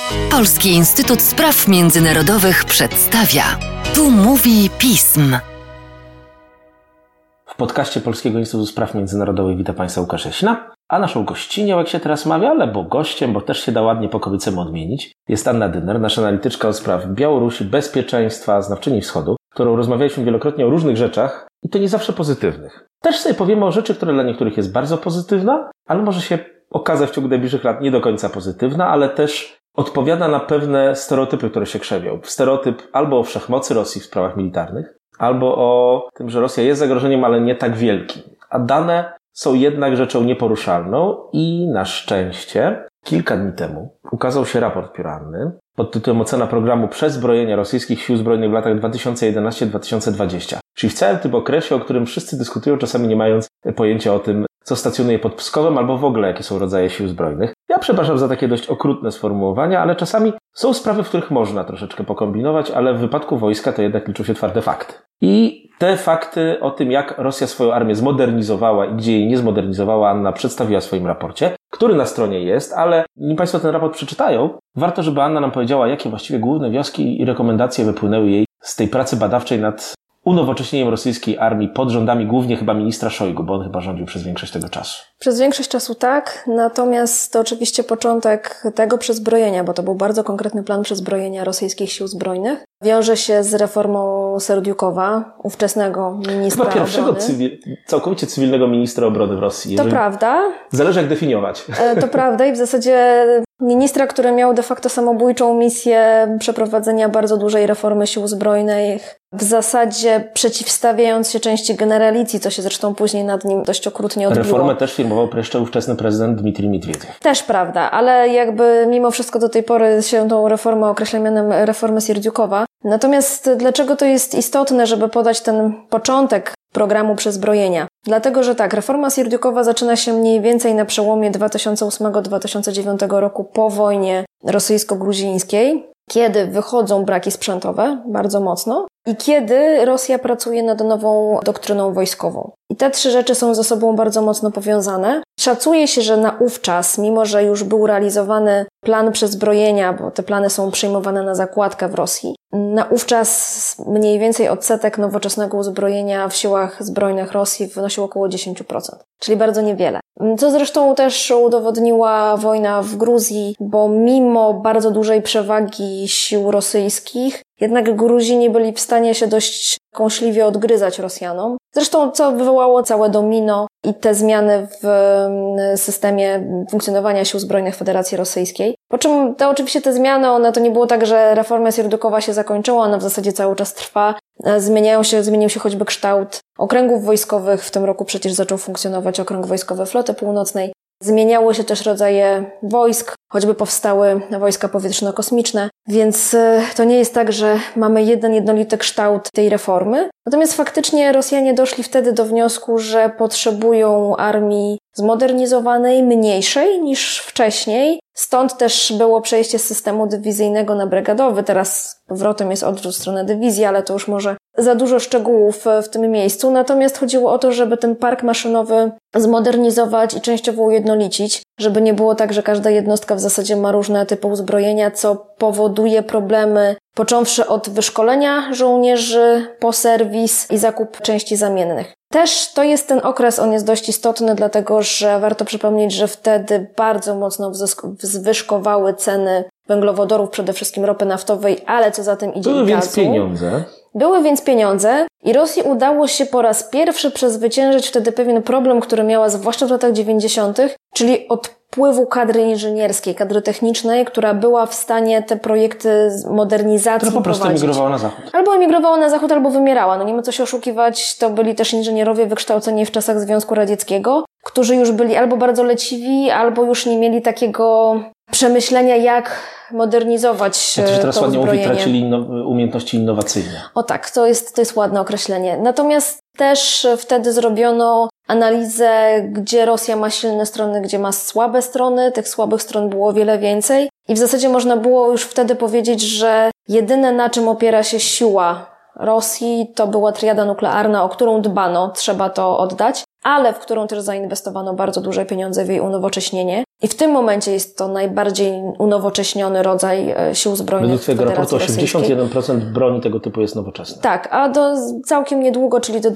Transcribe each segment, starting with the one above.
Polski Instytut Spraw Międzynarodowych przedstawia. Tu mówi pism. W podcaście Polskiego Instytutu Spraw Międzynarodowych wita Państwa Łukasz Jasina, a naszą gościnią, jak się teraz mawia, albo gościem, bo też się da ładnie po kobiecemu odmienić, jest Anna Dynner, nasza analityczka od spraw Białorusi, bezpieczeństwa, znawczyni Wschodu, którą rozmawialiśmy wielokrotnie o różnych rzeczach i to nie zawsze pozytywnych. Też sobie powiemy o rzeczy, która dla niektórych jest bardzo pozytywna, ale może się okazać w ciągu najbliższych lat nie do końca pozytywna, ale też odpowiada na pewne stereotypy, które się krzewią. Stereotyp albo o wszechmocy Rosji w sprawach militarnych, albo o tym, że Rosja jest zagrożeniem, ale nie tak wielkim. A dane są jednak rzeczą nieporuszalną i na szczęście kilka dni temu ukazał się raport pióranny pod tytułem Ocena programu przezbrojenia rosyjskich sił zbrojnych w latach 2011-2020. Czyli w całym tym okresie, o którym wszyscy dyskutują, czasami nie mając pojęcia o tym, co stacjonuje pod Pskowem, albo w ogóle jakie są rodzaje sił zbrojnych. Ja przepraszam za takie dość okrutne sformułowania, ale czasami są sprawy, w których można troszeczkę pokombinować, ale w wypadku wojska to jednak liczą się twarde fakty. I te fakty o tym, jak Rosja swoją armię zmodernizowała i gdzie jej nie zmodernizowała, Anna przedstawiła w swoim raporcie, który na stronie jest, ale nim Państwo ten raport przeczytają, warto, żeby Anna nam powiedziała, jakie właściwie główne wnioski i rekomendacje wypłynęły jej z tej pracy badawczej nad unowocześnieniem rosyjskiej armii pod rządami głównie chyba ministra Szojgu, bo on chyba rządził przez większość tego czasu. Przez większość czasu tak, natomiast to oczywiście początek tego przezbrojenia, bo to był bardzo konkretny plan przezbrojenia rosyjskich sił zbrojnych. Wiąże się z reformą Serdiukowa, ówczesnego ministra chyba pierwszego obrony. Całkowicie cywilnego ministra obrony w Rosji. To prawda. Zależy jak definiować. To prawda i w zasadzie ministra, który miał de facto samobójczą misję przeprowadzenia bardzo dużej reformy sił zbrojnych, w zasadzie przeciwstawiając się części generalicji, co się zresztą później nad nim dość okrutnie odbiło. Reformę też firmował jeszcze ówczesny prezydent Dmitrij Miedwiediew. Też prawda, ale jakby mimo wszystko do tej pory się tą reformę określa mianem reformy Serdiukowa. Natomiast dlaczego to jest istotne, żeby podać ten początek programu przezbrojenia? Dlatego, że tak, reforma Serdiukowa zaczyna się mniej więcej na przełomie 2008-2009 roku po wojnie rosyjsko-gruzińskiej, kiedy wychodzą braki sprzętowe bardzo mocno i kiedy Rosja pracuje nad nową doktryną wojskową. I te trzy rzeczy są ze sobą bardzo mocno powiązane. Szacuje się, że naówczas, mimo że już był realizowany plan przezbrojenia, bo te plany są przyjmowane na zakładkę w Rosji, naówczas mniej więcej odsetek nowoczesnego uzbrojenia w siłach zbrojnych Rosji wynosił około 10%, czyli bardzo niewiele. Co zresztą też udowodniła wojna w Gruzji, bo mimo bardzo dużej przewagi sił rosyjskich, jednak Gruzini byli w stanie się dość kąśliwie odgryzać Rosjanom. Zresztą co wywołało całe domino i te zmiany w systemie funkcjonowania sił zbrojnych Federacji Rosyjskiej. Po czym oczywiście te zmiany, to nie było tak, że reforma Serdiukowa się zakończyła, ona w zasadzie cały czas trwa. Zmienił się choćby kształt okręgów wojskowych. W tym roku przecież zaczął funkcjonować okręg wojskowy Floty Północnej. Zmieniały się też rodzaje wojsk, choćby powstały wojska powietrzno-kosmiczne, więc to nie jest tak, że mamy jeden jednolity kształt tej reformy. Natomiast faktycznie Rosjanie doszli wtedy do wniosku, że potrzebują armii zmodernizowanej, mniejszej niż wcześniej. Stąd też było przejście z systemu dywizyjnego na brygadowy. Teraz powrotem jest odwrót w stronę dywizji, ale to już może za dużo szczegółów w tym miejscu. Natomiast chodziło o to, żeby ten park maszynowy zmodernizować i częściowo ujednolicić, żeby nie było tak, że każda jednostka w zasadzie ma różne typy uzbrojenia, co powoduje problemy, począwszy od wyszkolenia żołnierzy, po serwis i zakup części zamiennych. Też to jest ten okres, on jest dość istotny, dlatego że warto przypomnieć, że wtedy bardzo mocno zwyżkowały ceny węglowodorów, przede wszystkim ropy naftowej, ale co za tym idzie i gazu. Były więc pieniądze i Rosji udało się po raz pierwszy przezwyciężyć wtedy pewien problem, który miała zwłaszcza w latach 90., czyli odpływu kadry inżynierskiej, kadry technicznej, która była w stanie te projekty modernizacji która po prostu prowadzić. emigrowała na zachód. Albo emigrowała na zachód, albo wymierała. Nie ma co się oszukiwać, to byli też inżynierowie wykształceni w czasach Związku Radzieckiego, którzy już byli albo bardzo leciwi, albo już nie mieli takiego przemyślenia, jak modernizować jak to się teraz ładnie mówi, uzbrojenie. tracili umiejętności innowacyjne. O tak, to jest ładne określenie. Natomiast też wtedy zrobiono analizę, gdzie Rosja ma silne strony, gdzie ma słabe strony. Tych słabych stron było o wiele więcej. I w zasadzie można było już wtedy powiedzieć, że jedyne, na czym opiera się siła Rosji, to była triada nuklearna, o którą dbano, trzeba to oddać. ale w którą też zainwestowano bardzo duże pieniądze w jej unowocześnienie. I w tym momencie jest to najbardziej unowocześniony rodzaj sił zbrojnych Według twojego raportu Federacji 81% broni tego typu jest nowoczesna. Tak, a do całkiem niedługo, czyli do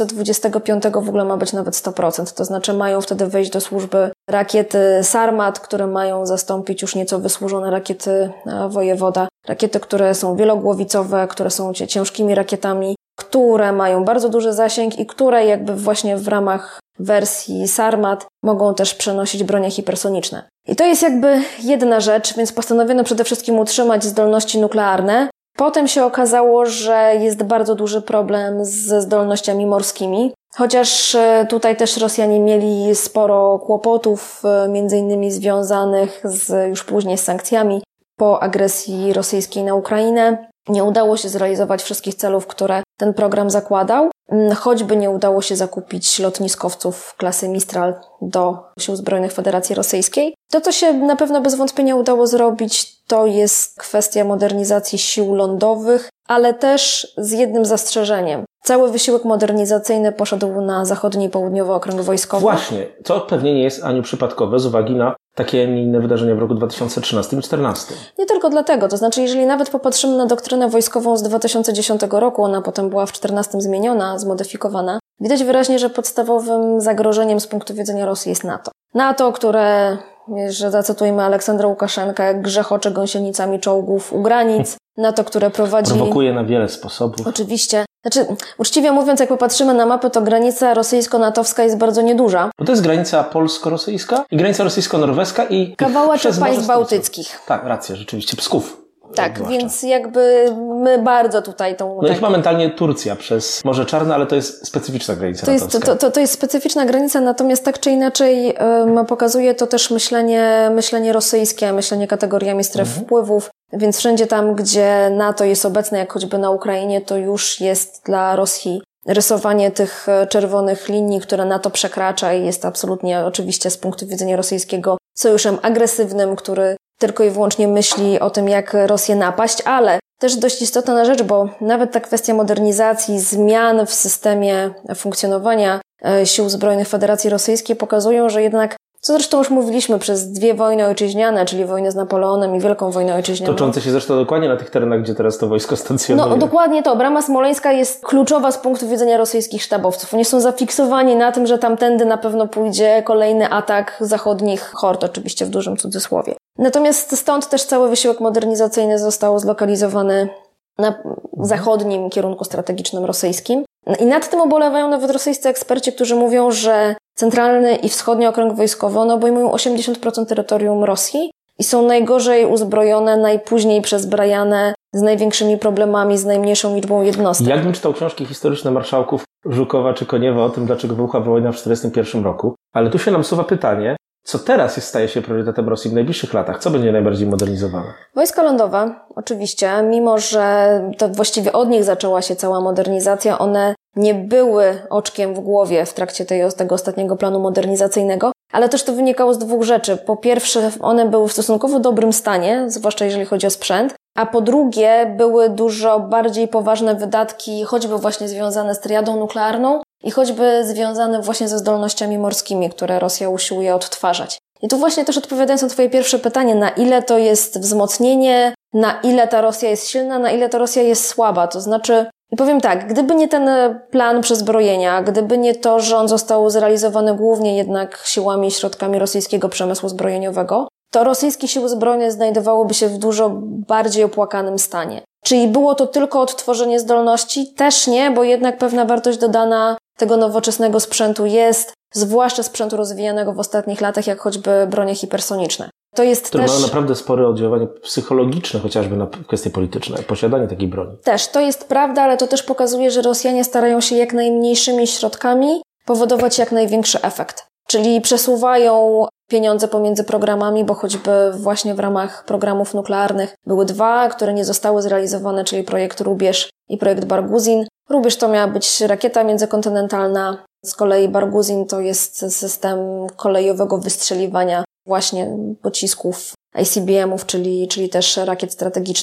2025 w ogóle ma być nawet 100%. To znaczy mają wtedy wejść do służby rakiety Sarmat, które mają zastąpić już nieco wysłużone rakiety Wojewoda. Rakiety, które są wielogłowicowe, które są ciężkimi rakietami, które mają bardzo duży zasięg i które jakby właśnie w ramach wersji Sarmat mogą też przenosić bronie hipersoniczne. I to jest jakby jedna rzecz, więc postanowiono przede wszystkim utrzymać zdolności nuklearne. Potem się okazało, że jest bardzo duży problem ze zdolnościami morskimi, chociaż tutaj też Rosjanie mieli sporo kłopotów, między innymi związanych już później z sankcjami po agresji rosyjskiej na Ukrainę. Nie udało się zrealizować wszystkich celów, które ten program zakładał, choćby nie udało się zakupić lotniskowców klasy Mistral do Sił Zbrojnych Federacji Rosyjskiej. To, co się na pewno bez wątpienia udało zrobić, to jest kwestia modernizacji sił lądowych, ale też z jednym zastrzeżeniem. Cały wysiłek modernizacyjny poszedł na zachodni i południowy okręg wojskowy. Właśnie, co pewnie nie jest, Aniu, przypadkowe z uwagi na takie, a nie inne wydarzenia w roku 2013 i 2014. Nie tylko dlatego, to znaczy jeżeli nawet popatrzymy na doktrynę wojskową z 2010 roku, ona potem była w 2014 zmieniona, zmodyfikowana, widać wyraźnie, że podstawowym zagrożeniem z punktu widzenia Rosji jest NATO. NATO, które, że zacytujmy Aleksandra Łukaszenkę, grzechocze gąsienicami czołgów u granic, NATO, które prowadzi... Prowokuje na wiele sposobów. Oczywiście. Znaczy, uczciwie mówiąc, jak popatrzymy na mapę, to granica rosyjsko-natowska jest bardzo nieduża. Bo to jest granica polsko-rosyjska i granica rosyjsko-norweska i... Kawałeczek państw bałtyckich. Tak, racja, rzeczywiście, Psków. Tak, więc jakby my bardzo tutaj tą... No i chyba mentalnie Turcja przez Morze Czarne, ale to jest specyficzna granica natowska. To jest specyficzna granica, natomiast tak czy inaczej pokazuje to też myślenie rosyjskie, myślenie kategoriami stref wpływów, więc wszędzie tam, gdzie NATO jest obecne, jak choćby na Ukrainie, to już jest dla Rosji rysowanie tych czerwonych linii, które NATO przekracza i jest absolutnie oczywiście z punktu widzenia rosyjskiego sojuszem agresywnym, który tylko i wyłącznie myśli o tym, jak Rosję napaść, ale też dość istotna rzecz, bo nawet ta kwestia modernizacji, zmian w systemie funkcjonowania sił zbrojnych Federacji Rosyjskiej pokazują, że jednak, co zresztą już mówiliśmy, przez 2 wojny ojczyźniane, czyli wojnę z Napoleonem i Wielką Wojnę Ojczyźnianą. Toczące się zresztą dokładnie na tych terenach, gdzie teraz to wojsko stacjonuje. No dokładnie to. Brama Smoleńska jest kluczowa z punktu widzenia rosyjskich sztabowców. Oni są zafiksowani na tym, że tamtędy na pewno pójdzie kolejny atak zachodnich hord, oczywiście w dużym cudzysłowie. Natomiast stąd też cały wysiłek modernizacyjny został zlokalizowany na zachodnim kierunku strategicznym rosyjskim. I nad tym ubolewają nawet rosyjscy eksperci, którzy mówią, że centralny i wschodni okręg wojskowy one obejmują 80% terytorium Rosji i są najgorzej uzbrojone, najpóźniej przezbrajane, z największymi problemami, z najmniejszą liczbą jednostek. Jakbym czytał książki historyczne marszałków Żukowa czy Koniewa o tym, dlaczego wybuchła wojna w 1941 roku, ale tu się nam nasuwa pytanie, co teraz staje się priorytetem Rosji w najbliższych latach? Co będzie najbardziej modernizowane? Wojska lądowe, oczywiście, mimo że to właściwie od nich zaczęła się cała modernizacja, one nie były oczkiem w głowie w trakcie tego ostatniego planu modernizacyjnego, ale też to wynikało z 2 rzeczy. Po pierwsze, one były w stosunkowo dobrym stanie, zwłaszcza jeżeli chodzi o sprzęt, a po drugie, były dużo bardziej poważne wydatki, choćby właśnie związane z triadą nuklearną i choćby związane właśnie ze zdolnościami morskimi, które Rosja usiłuje odtwarzać. I tu właśnie też odpowiadając na Twoje pierwsze pytanie, na ile to jest wzmocnienie, na ile ta Rosja jest silna, na ile ta Rosja jest słaba. To znaczy, i powiem tak, gdyby nie ten plan przezbrojenia, gdyby nie to, że on został zrealizowany głównie jednak siłami i środkami rosyjskiego przemysłu zbrojeniowego, to rosyjskie siły zbrojne znajdowałyby się w dużo bardziej opłakanym stanie. Czyli było to tylko odtworzenie zdolności? Też nie, bo jednak pewna wartość dodana tego nowoczesnego sprzętu jest, zwłaszcza sprzętu rozwijanego w ostatnich latach, jak choćby bronie hipersoniczne. To jest które też... ma naprawdę spore oddziaływanie psychologiczne, chociażby na kwestie polityczne, posiadanie takiej broni. Też, to jest prawda, ale to też pokazuje, że Rosjanie starają się jak najmniejszymi środkami powodować jak największy efekt. Czyli przesuwają pieniądze pomiędzy programami, bo choćby właśnie w ramach programów nuklearnych były 2, które nie zostały zrealizowane, czyli projekt Rubież i projekt Barguzin. Rubież to miała być rakieta międzykontynentalna, z kolei Barguzin to jest system kolejowego wystrzeliwania właśnie pocisków ICBM-ów, czyli też rakiet strategicznych.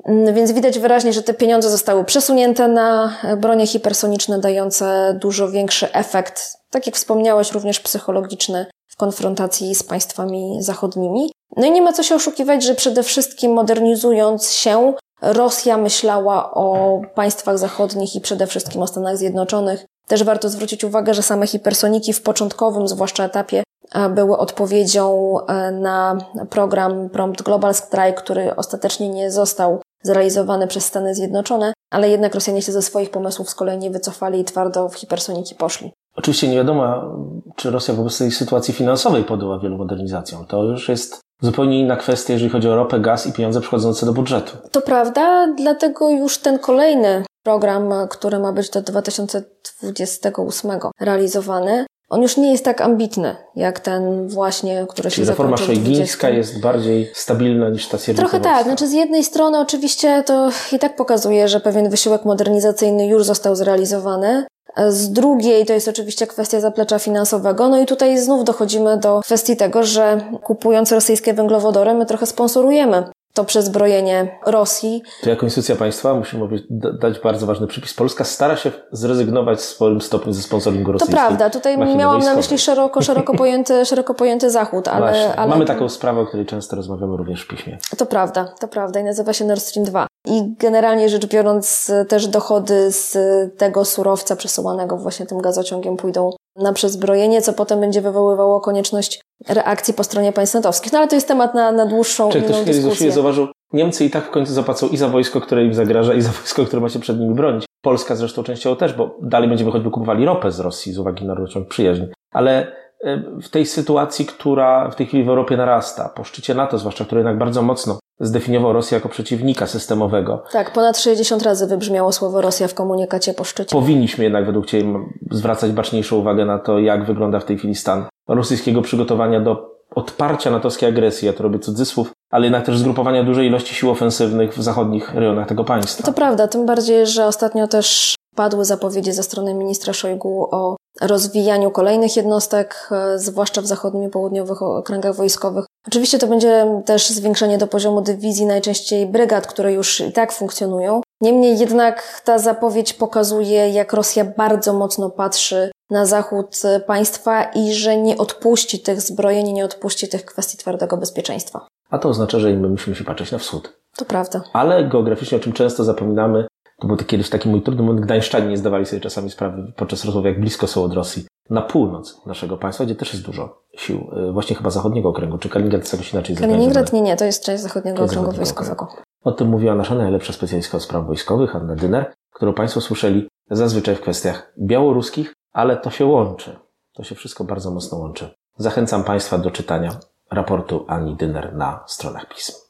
Więc widać wyraźnie, że te pieniądze zostały przesunięte na bronie hipersoniczne, dające dużo większy efekt, tak jak wspomniałeś, również psychologiczny w konfrontacji z państwami zachodnimi. No i nie ma co się oszukiwać, że przede wszystkim modernizując się, Rosja myślała o państwach zachodnich i przede wszystkim o Stanach Zjednoczonych. Też warto zwrócić uwagę, że same hipersoniki w początkowym, zwłaszcza etapie, były odpowiedzią na program Prompt Global Strike, który ostatecznie nie został zrealizowany przez Stany Zjednoczone, ale jednak Rosjanie się ze swoich pomysłów z kolei nie wycofali i twardo w hipersoniki poszli. Oczywiście nie wiadomo, czy Rosja wobec tej sytuacji finansowej podjęła wielu modernizacjom. To już jest zupełnie inna kwestia, jeżeli chodzi o ropę, gaz i pieniądze przychodzące do budżetu. To prawda, dlatego już ten kolejny program, który ma być do 2028 realizowany, on już nie jest tak ambitny, jak ten właśnie, który się zakończył w 2020. Reforma szojgińska jest bardziej stabilna niż ta sierdziukowska. Trochę tak, znaczy z jednej strony oczywiście to i tak pokazuje, że pewien wysiłek modernizacyjny już został zrealizowany. Z drugiej to jest oczywiście kwestia zaplecza finansowego. No i tutaj znów dochodzimy do kwestii tego, że kupując rosyjskie węglowodory my trochę sponsorujemy to przezbrojenie Rosji. To jako instytucja państwa musimy dać bardzo ważny przypis. Polska stara się zrezygnować w swoim stopniu ze sponsoringu rosyjskiej. To prawda, tutaj miałam na myśli szeroko pojęty Zachód, ale mamy taką sprawę, o której często rozmawiamy również w piśmie. To prawda i nazywa się Nord Stream 2. I generalnie rzecz biorąc też dochody z tego surowca przesyłanego właśnie tym gazociągiem pójdą na przezbrojenie, co potem będzie wywoływało konieczność reakcji po stronie państw natowskich. No ale to jest temat na dłuższą inną dyskusję. Ktoś kiedyś zauważył, Niemcy i tak w końcu zapłacą i za wojsko, które im zagraża, i za wojsko, które ma się przed nimi bronić. Polska zresztą częściowo też, bo dalej będziemy choćby kupowali ropę z Rosji z uwagi na rurociąg przyjaźń. Ale w tej sytuacji, która w tej chwili w Europie narasta, po szczycie NATO zwłaszcza, który jednak bardzo mocno zdefiniował Rosję jako przeciwnika systemowego. Tak, ponad 60 razy wybrzmiało słowo Rosja w komunikacie po szczycie. Powinniśmy jednak według Ciebie zwracać baczniejszą uwagę na to, jak wygląda w tej chwili stan rosyjskiego przygotowania do odparcia natowskiej agresji. Ja to robię cudzysłów, ale jednak też zgrupowania dużej ilości sił ofensywnych w zachodnich rejonach tego państwa. To prawda, tym bardziej, że ostatnio też padły zapowiedzi ze strony ministra Szojgu o rozwijaniu kolejnych jednostek, zwłaszcza w zachodnich i południowych okręgach wojskowych. Oczywiście to będzie też zwiększenie do poziomu dywizji, najczęściej brygad, które już i tak funkcjonują. Niemniej jednak ta zapowiedź pokazuje, jak Rosja bardzo mocno patrzy na zachód państwa i że nie odpuści tych zbrojeń, nie odpuści tych kwestii twardego bezpieczeństwa. A to oznacza, że i my musimy się patrzeć na wschód. To prawda. Ale geograficznie, o czym często zapominamy, to był kiedyś taki mój trudny moment, gdańszczanie nie zdawali sobie czasami sprawy podczas rozmowy, jak blisko są od Rosji. Na północ naszego państwa, gdzie też jest dużo sił, właśnie chyba zachodniego okręgu. Czy Kaliningrad jest jakoś inaczej Kaliningrad nie, to jest część zachodniego okręgu wojskowego. O tym mówiła nasza najlepsza specjalistka od spraw wojskowych, Anna Dyner, którą Państwo słyszeli zazwyczaj w kwestiach białoruskich, ale to się łączy. To się wszystko bardzo mocno łączy. Zachęcam Państwa do czytania raportu Ani Dyner na stronach pism.